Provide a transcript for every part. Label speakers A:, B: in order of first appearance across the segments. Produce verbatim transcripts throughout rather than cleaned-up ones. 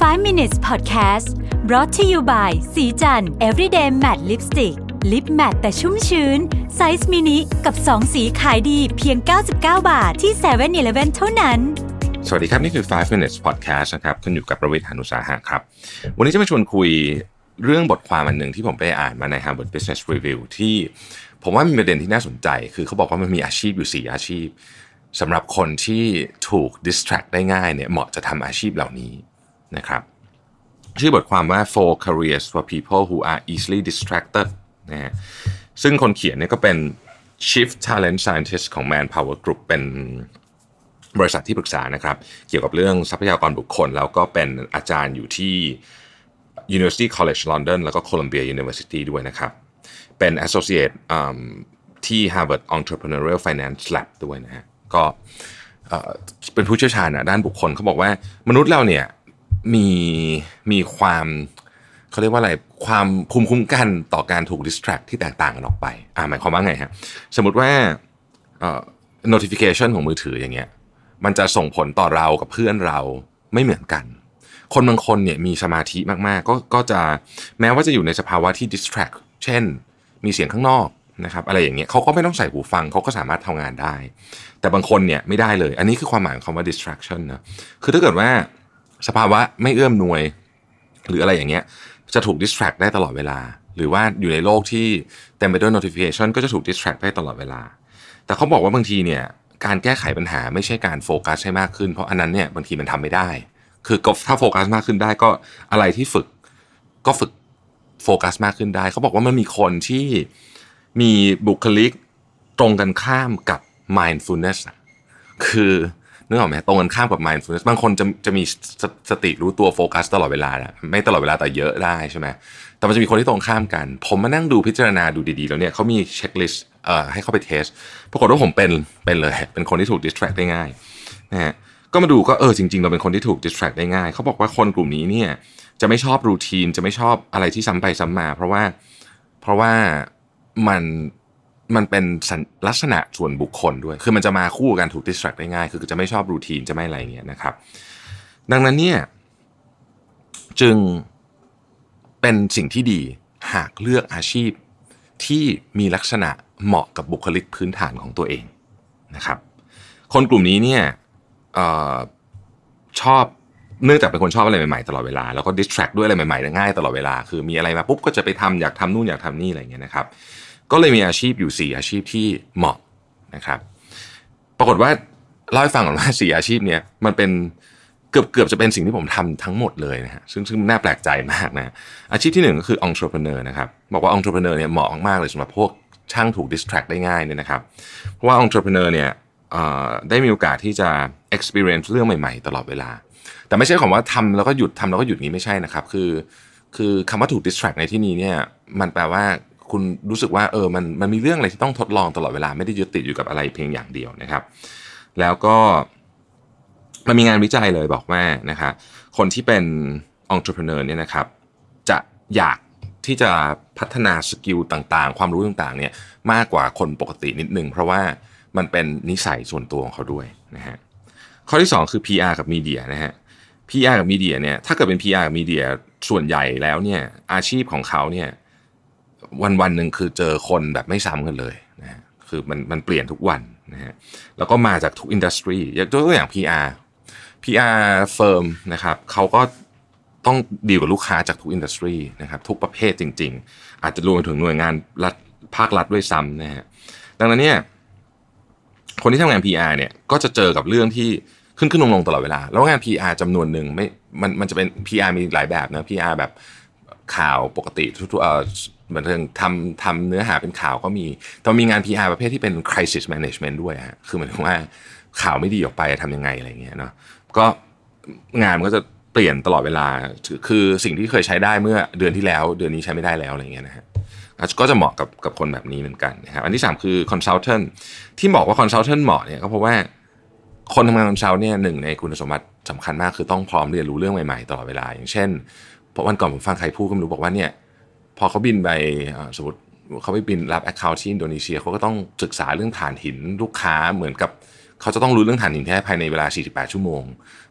A: five minutes podcast brought to you by สีจัน everyday matte lipstick lip matte แต่ชุ่มชื้นไซส์มินิกับสองสีขายดีเพียงเก้าสิบเก้าบาทที่ เซเว่น อีเลฟเว่น เท่านั้น
B: สวัสดีครับนี่คือ five minutes podcast นะครับคุณอยู่กับประวิทย์ หาญอุตสาหะครับวันนี้จะมาชวนคุยเรื่องบทความอันหนึ่งที่ผมไปอ่านมาใน Harvard Business Review ที่ผมว่ามีประเด็นที่น่าสนใจคือเขาบอกว่ามันมีอาชีพอยู่สี่อาชีพสำหรับคนที่ถูก distract ได้ง่ายเนี่ยเหมาะจะทำอาชีพเหล่านี้นะครับชื่อบทความว่า four careers for people who are easily distracted นะฮะซึ่งคนเขียนเนี่ยก็เป็น Chief Talent Scientist ของ Manpower Group เป็นบริษัทที่ปรึกษานะครับเกี่ยวกับเรื่องทรัพยากรบุคคลแล้วก็เป็นอาจารย์อยู่ที่ University College London แล้วก็ Columbia University ด้วยนะครับเป็น Associate ที่ Harvard Entrepreneurial Finance Lab ด้วยนะฮะก็เป็นผู้เชี่ยวชาญด้านบุคคลเขาบอกว่ามนุษย์เราเนี่ยมีมีความเขาเรียกว่าอะไรความภูมิคุ้มกันต่อการถูก distract ที่แตกต่างกันออกไปอ่าหมายความว่าไงฮะสมมุติว่าเอ่อ notification ของมือถืออย่างเงี้ยมันจะส่งผลต่อเรากับเพื่อนเราไม่เหมือนกันคนบางคนเนี่ยมีสมาธิมากๆก็ก็จะแม้ว่าจะอยู่ในสภาวะที่ distract เช่นมีเสียงข้างนอกนะครับอะไรอย่างเงี้ยเขาก็ไม่ต้องใส่หูฟังเขาก็สามารถทำงานได้แต่บางคนเนี่ยไม่ได้เลยอันนี้คือความหมายของคำว่า distraction นะคือถ้าเกิดว่าสภาวะไม่เอื้อมหน่วยหรืออะไรอย่างเงี้ยจะถูก distract ได้ตลอดเวลาหรือว่าอยู่ในโลกที่เต็มไปด้วย notification ก็จะถูก distract ได้ตลอดเวลาแต่เขาบอกว่าบางทีเนี่ยการแก้ไขปัญหาไม่ใช่การโฟกัสให้มากขึ้นเพราะอันนั้นเนี่ยบางทีมันทำไม่ได้คือถ้าโฟกัสมากขึ้นได้ก็อะไรที่ฝึกก็ฝึกโฟกัสมากขึ้นได้เขาบอกว่ามันมีคนที่มีบุคลิกตรงกันข้ามกับ mindfulness คือนึกออกไหมตรงกันข้ามกับ mindfulness บางคนจะจะมีสติรู้ตัวโฟกัสตลอดเวลานะไม่ตลอดเวลาแต่เยอะได้ใช่ไหมแต่มันจะมีคนที่ตรงข้ามกันผมมานั่งดูพิจารณาดูดีๆแล้วเนี่ยเขามีเช็คลิสต์เอ่อให้เข้าไปเทสปรากฏว่าผมเป็นเป็นเลยเป็นคนที่ถูก distract ได้ง่ายนะฮะก็มาดูก็เออจริงๆเราเป็นคนที่ถูก distract ได้ง่ายเขาบอกว่าคนกลุ่มนี้เนี่ยจะไม่ชอบรูทีนจะไม่ชอบอะไรที่ซ้ำไปซ้ำมาเพราะว่าเพราะว่ามันมันเป็นลักษณะส่วนบุคคลด้วยคือมันจะมาคู่กันถูก distract ได้ง่ายคือจะไม่ชอบรูทีนจะไม่อะไรอย่างเงี้ยนะครับดังนั้นเนี่ยจึงเป็นสิ่งที่ดีหากเลือกอาชีพที่มีลักษณะเหมาะกับบุคลิกพื้นฐานของตัวเองนะครับคนกลุ่มนี้เนี่ยเอ่อชอบเนื่องจากเป็นคนชอบอะไรใหม่ๆตลอดเวลาแล้วก็ distract ด้วยอะไรใหม่ๆง่ายตลอดเวลาคือมีอะไรมาปุ๊บก็จะไปทำอยากทำนู่นอยากทำนี่อะไรอย่างเงี้ยนะครับก็เลยมีอาชีพอยู่สี่อาชีพที่เหมาะนะครับปรากฏว่าเล่าให้ฟังก่อนว่าสี่อาชีพเนี้ยมันเป็นเกือบเกือบจะเป็นสิ่งที่ผมทำทั้งหมดเลยนะฮะซึ่งซึ่งน่าแปลกใจมากนะอาชีพที่หนึ่งก็คือ entrepreneur นะครับบอกว่า entrepreneur เนี่ยเหมาะมากๆเลยสำหรับพวกช่างถูก distract ได้ง่ายเนี่ยนะครับเพราะว่า entrepreneur เนี่ยได้มีโอกาสที่จะ experience เรื่องใหม่ๆตลอดเวลาแต่ไม่ใช่คำว่าทำแล้วก็หยุดทำแล้วก็หยุดนี้ไม่ใช่นะครับคือคือคำว่าถูก distract ในที่นี้เนี่ยมันแปลว่าคุณรู้สึกว่าเออมันมันมีเรื่องอะไรที่ต้องทดลองตลอดเวลาไม่ได้ยึดติดอยู่กับอะไรเพียงอย่างเดียวนะครับแล้วก็มันมีงานวิจัยเลยบอกว่านะคะคนที่เป็น entrepreneur เนี่ยนะครับจะอยากที่จะพัฒนาสกิลต่างๆความรู้ต่างๆเนี่ยมากกว่าคนปกตินิดนึงเพราะว่ามันเป็นนิสัยส่วนตัวของเขาด้วยนะฮะข้อที่สองคือ พี อาร์ กับมีเดียนะฮะ พี อาร์ กับมีเดียเนี่ยถ้าเกิดเป็น พี อาร์ กับมีเดียส่วนใหญ่แล้วเนี่ยอาชีพของเขาเนี่ยวันวันหนึ่งคือเจอคนแบบไม่ซ้ำกันเลยนะฮะคือมันมันเปลี่ยนทุกวันนะฮะแล้วก็มาจากทุกอินดัสทรียกตัวอย่าง พี อาร์ พี อาร์ firm นะครับเขาก็ต้องดีลกับลูกค้าจากทุกอินดัสทรีนะครับทุกประเภทจริงๆอาจจะรวมถึงหน่วยงานรัฐภาครัฐด้วยซ้ำนะฮะดังนั้นเนี่ยคนที่ทำงาน พี อาร์ เนี่ยก็จะเจอกับเรื่องที่ขึ้นขึ้นลงๆตลอดเวลาแล้วงาน พี อาร์ จำนวนหนึ่งไม่มันมันจะเป็น พี อาร์ มีหลายแบบนะ พี อาร์ แบบข่าวปกติทุกๆเอ่อเหมือนเรื่องทำทำเนื้อหาเป็นข่าวก็มีแต่มีงาน พี อาร์ ประเภทที่เป็น crisis management ด้วยฮะคือหมายถึงว่าข่าวไม่ดีออกไปทำยังไงอะไรเงี้ยเนาะก็งานมันก็จะเปลี่ยนตลอดเวลาคือสิ่งที่เคยใช้ได้เมื่อเดือนที่แล้วเดือนนี้ใช้ไม่ได้แล้วอะไรเงี้ยนะฮะก็จะเหมาะกับกับคนแบบนี้เหมือนกันนะครับอันที่สามคือ consultant ที่บอกว่า consultant เหมาะเนี่ยก็เพราะว่าคนทำงาน consult เนี่ยหนึ่งในคุณสมบัติสำคัญมากคือต้องพร้อมเรียนรู้เรื่องใหม่ๆตลอดเวลาอย่างเช่นเพราะวันก่อนผมฟังใครพูดก็ไม่รู้บอกว่าเนี่ยพอเขาบินไปสมมติเขาไปบินรับ account ที่อินโดนีเซียเขาก็ต้องศึกษาเรื่องถ่านหินลูกค้าเหมือนกับเขาจะต้องรู้เรื่องถ่านหินแท้ภายในเวลาสี่สิบแปดชั่วโมง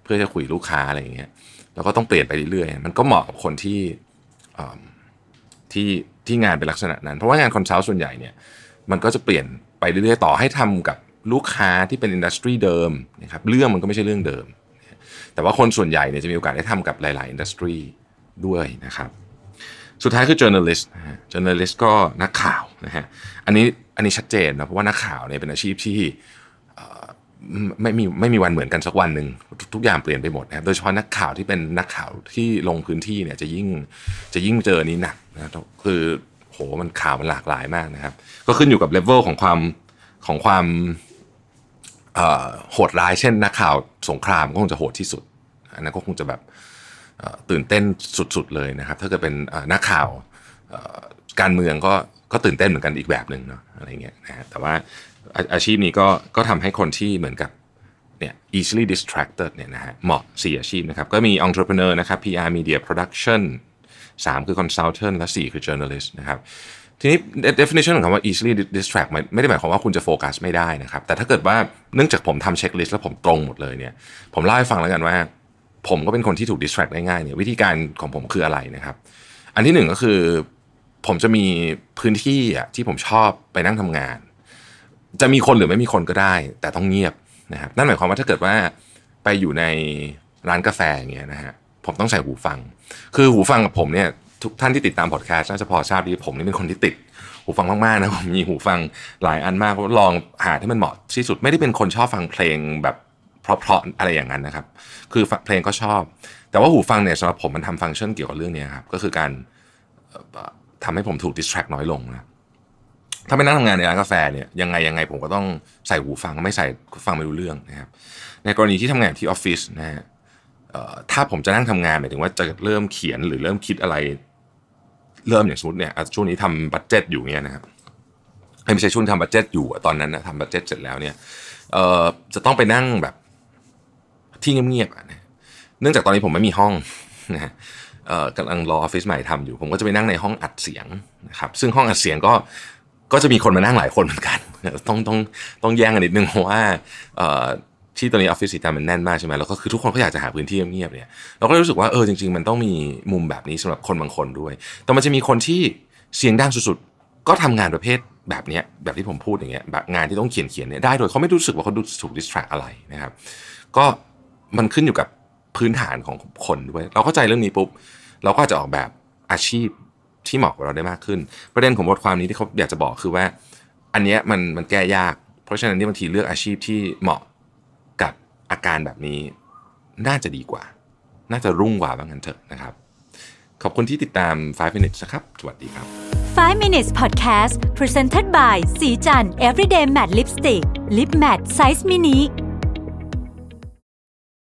B: เพื่อจะคุยลูกค้าอะไรอย่างเงี้ยแล้วก็ต้องเปลี่ยนไปเรื่อยๆมันก็เหมาะกับคนที่ที่ที่งานเป็นลักษณะนั้นเพราะว่างานคอนซัลท์ส่วนใหญ่เนี่ยมันก็จะเปลี่ยนไปเรื่อยๆต่อให้ทำกับลูกค้าที่เป็นอินดัสทรีเดิมนะครับเรื่องมันก็ไม่ใช่เรื่องเดิมแต่ว่าคนส่วนใหญ่เนี่ยจะมีโอกาสได้ทำกับหลายๆอินดัสทรีด้วยนะครับสุดท้ายคือ journalist นะฮะ journalist ก็นักข่าวนะฮะอันนี้อันนี้ชัดเจนนะเพราะว่านักข่าวเนี่ยเป็นอาชีพที่ไม่มีไม่มีวันเหมือนกันสักวันหนึ่งทุกอย่างเปลี่ยนไปหมดนะครับโดยเฉพาะนักข่าวที่เป็นนักข่าวที่ลงพื้นที่เนี่ยจะยิ่งจะยิ่งเจอนี้หนักนะคือโหมันข่าวมันหลากหลายมากนะครับก็ขึ้นอยู่กับเลเวลของความของความโหดร้ายเช่นนักข่าวสงครามก็คงจะโหดที่สุดอันนั้นก็คงจะแบบตื่นเต้นสุดๆเลยนะครับถ้าเกิดเป็นนักข่าวการเมืองก็ก็ตื่นเต้นเหมือนกันอีกแบบนึงเนาะอะไรเงี้ยนะฮะแต่ว่าอาชีพนี้ก็ก็ทำให้คนที่เหมือนกับเนี่ย easily distracted เนี่ยนะฮะเหมาะสี่อาชีพนะครับก็มี entrepreneur นะครับ พี อาร์ media production สามคือ consultant และสี่คือ journalist นะครับทีนี้ definition ของคำว่า easily distract ไม่ได้หมายความว่าคุณจะโฟกัสไม่ได้นะครับแต่ถ้าเกิดว่าเนื่องจากผมทำเช็คลิสต์แล้วผมตรงหมดเลยเนี่ยผมเล่าให้ฟังแล้วกันว่าผมก็เป็นคนที่ถูก distract ได้ง่ายเนี่ยวิธีการของผมคืออะไรนะครับอันที่หนึ่งก็คือผมจะมีพื้นที่อ่ะที่ผมชอบไปนั่งทำงานจะมีคนหรือไม่มีคนก็ได้แต่ต้องเงียบนะครับนั่นหมายความว่าถ้าเกิดว่าไปอยู่ในร้านกาแฟอย่างเงี้ยนะฮะผมต้องใส่หูฟังคือหูฟังกับผมเนี่ยทุกท่านที่ติดตามพอดแคสต์น่าจะพอทราบดีผมนี่เป็นคนที่ติดหูฟังมากๆนะผมมีหูฟังหลายอันมากลองหาที่มันเหมาะที่สุดไม่ได้เป็นคนชอบฟังเพลงแบบเพราะๆอะไรอย่างนั้นนะครับคือเพลงก็ชอบแต่ว่าหูฟังเนี่ยสำหรับผมมันทำฟังก์ชันเกี่ยวกับเรื่องนี้ครับก็คือการทำให้ผมถูก distract น้อยลงนะถ้าไปนั่งทำงานในร้านกาแฟเนี่ยยังไงยังไงผมก็ต้องใส่หูฟังไม่ใส่ฟังไม่รู้เรื่องนะครับในกรณีที่ทำงานที่ออฟฟิศนะฮะถ้าผมจะนั่งทำงานหมายถึงว่าจะเริ่มเขียนหรือเริ่มคิดอะไรเริ่มอย่างสมมติเนี่ยช่วงนี้ทำบัดเจ็ตอยู่เนี่ยนะครับไม่ใช่ช่วงทำบัดเจ็ตอยู่ตอนนั้นนะทำบัดเจ็ตเสร็จแล้วเนี่ยจะต้องไปนั่งแบบที่เงียบๆนะเนื่องจากตอนนี้ผมไม่มีห้องนะฮะกำลังรอออฟฟิศใหม่ทำอยู่ผมก็จะไปนั่งในห้องอัดเสียงนะครับซึ่งห้องอัดเสียงก็ก็จะมีคนมานั่งหลายคนเหมือนกันต้องต้องต้องแย่งกันนิดนึงเพราะว่าที่ตอนนี้ออฟฟิศสีดำมันแน่นมากใช่ไหมแล้วก็คือทุกคนก็อยากจะหาพื้นที่เงียบๆเนี่ยเราก็รู้สึกว่าเออจริงๆมันต้องมีมุมแบบนี้สำหรับคนบางคนด้วยแต่มันจะมีคนที่เสียงดังสุดๆก็ทำงานประเภทแบบนี้แบบที่ผมพูดอย่างเงี้ยแบบงานที่ต้องเขียนเขียนเนี่ยได้โดยเขาไม่รู้สึกว่าเขาถูก distract อะไรนะครับก็มันขึ้นอยู่กับพื้นฐานของคนด้วยเราเข้าใจเรื่องนี้ปุ๊บเราก็จะออกแบบอาชีพที่เหมาะกับเราได้มากขึ้นประเด็นของบทความนี้ที่เขาอยากจะบอกคือว่าอันเนี้ยมันมันแก้ยากเพราะฉะนั้นนี่บางทีเลือกอาชีพที่เหมาะกับอาการแบบนี้น่าจะดีกว่าน่าจะรุ่งกว่าบ้างกันเถอะนะครับขอบคุณที่ติดตามไฟว์ minutes นะครับสวัสดีครับ
A: ไฟว์ minutes podcast presented by สีจัน everyday matte lipstick lip matte size mini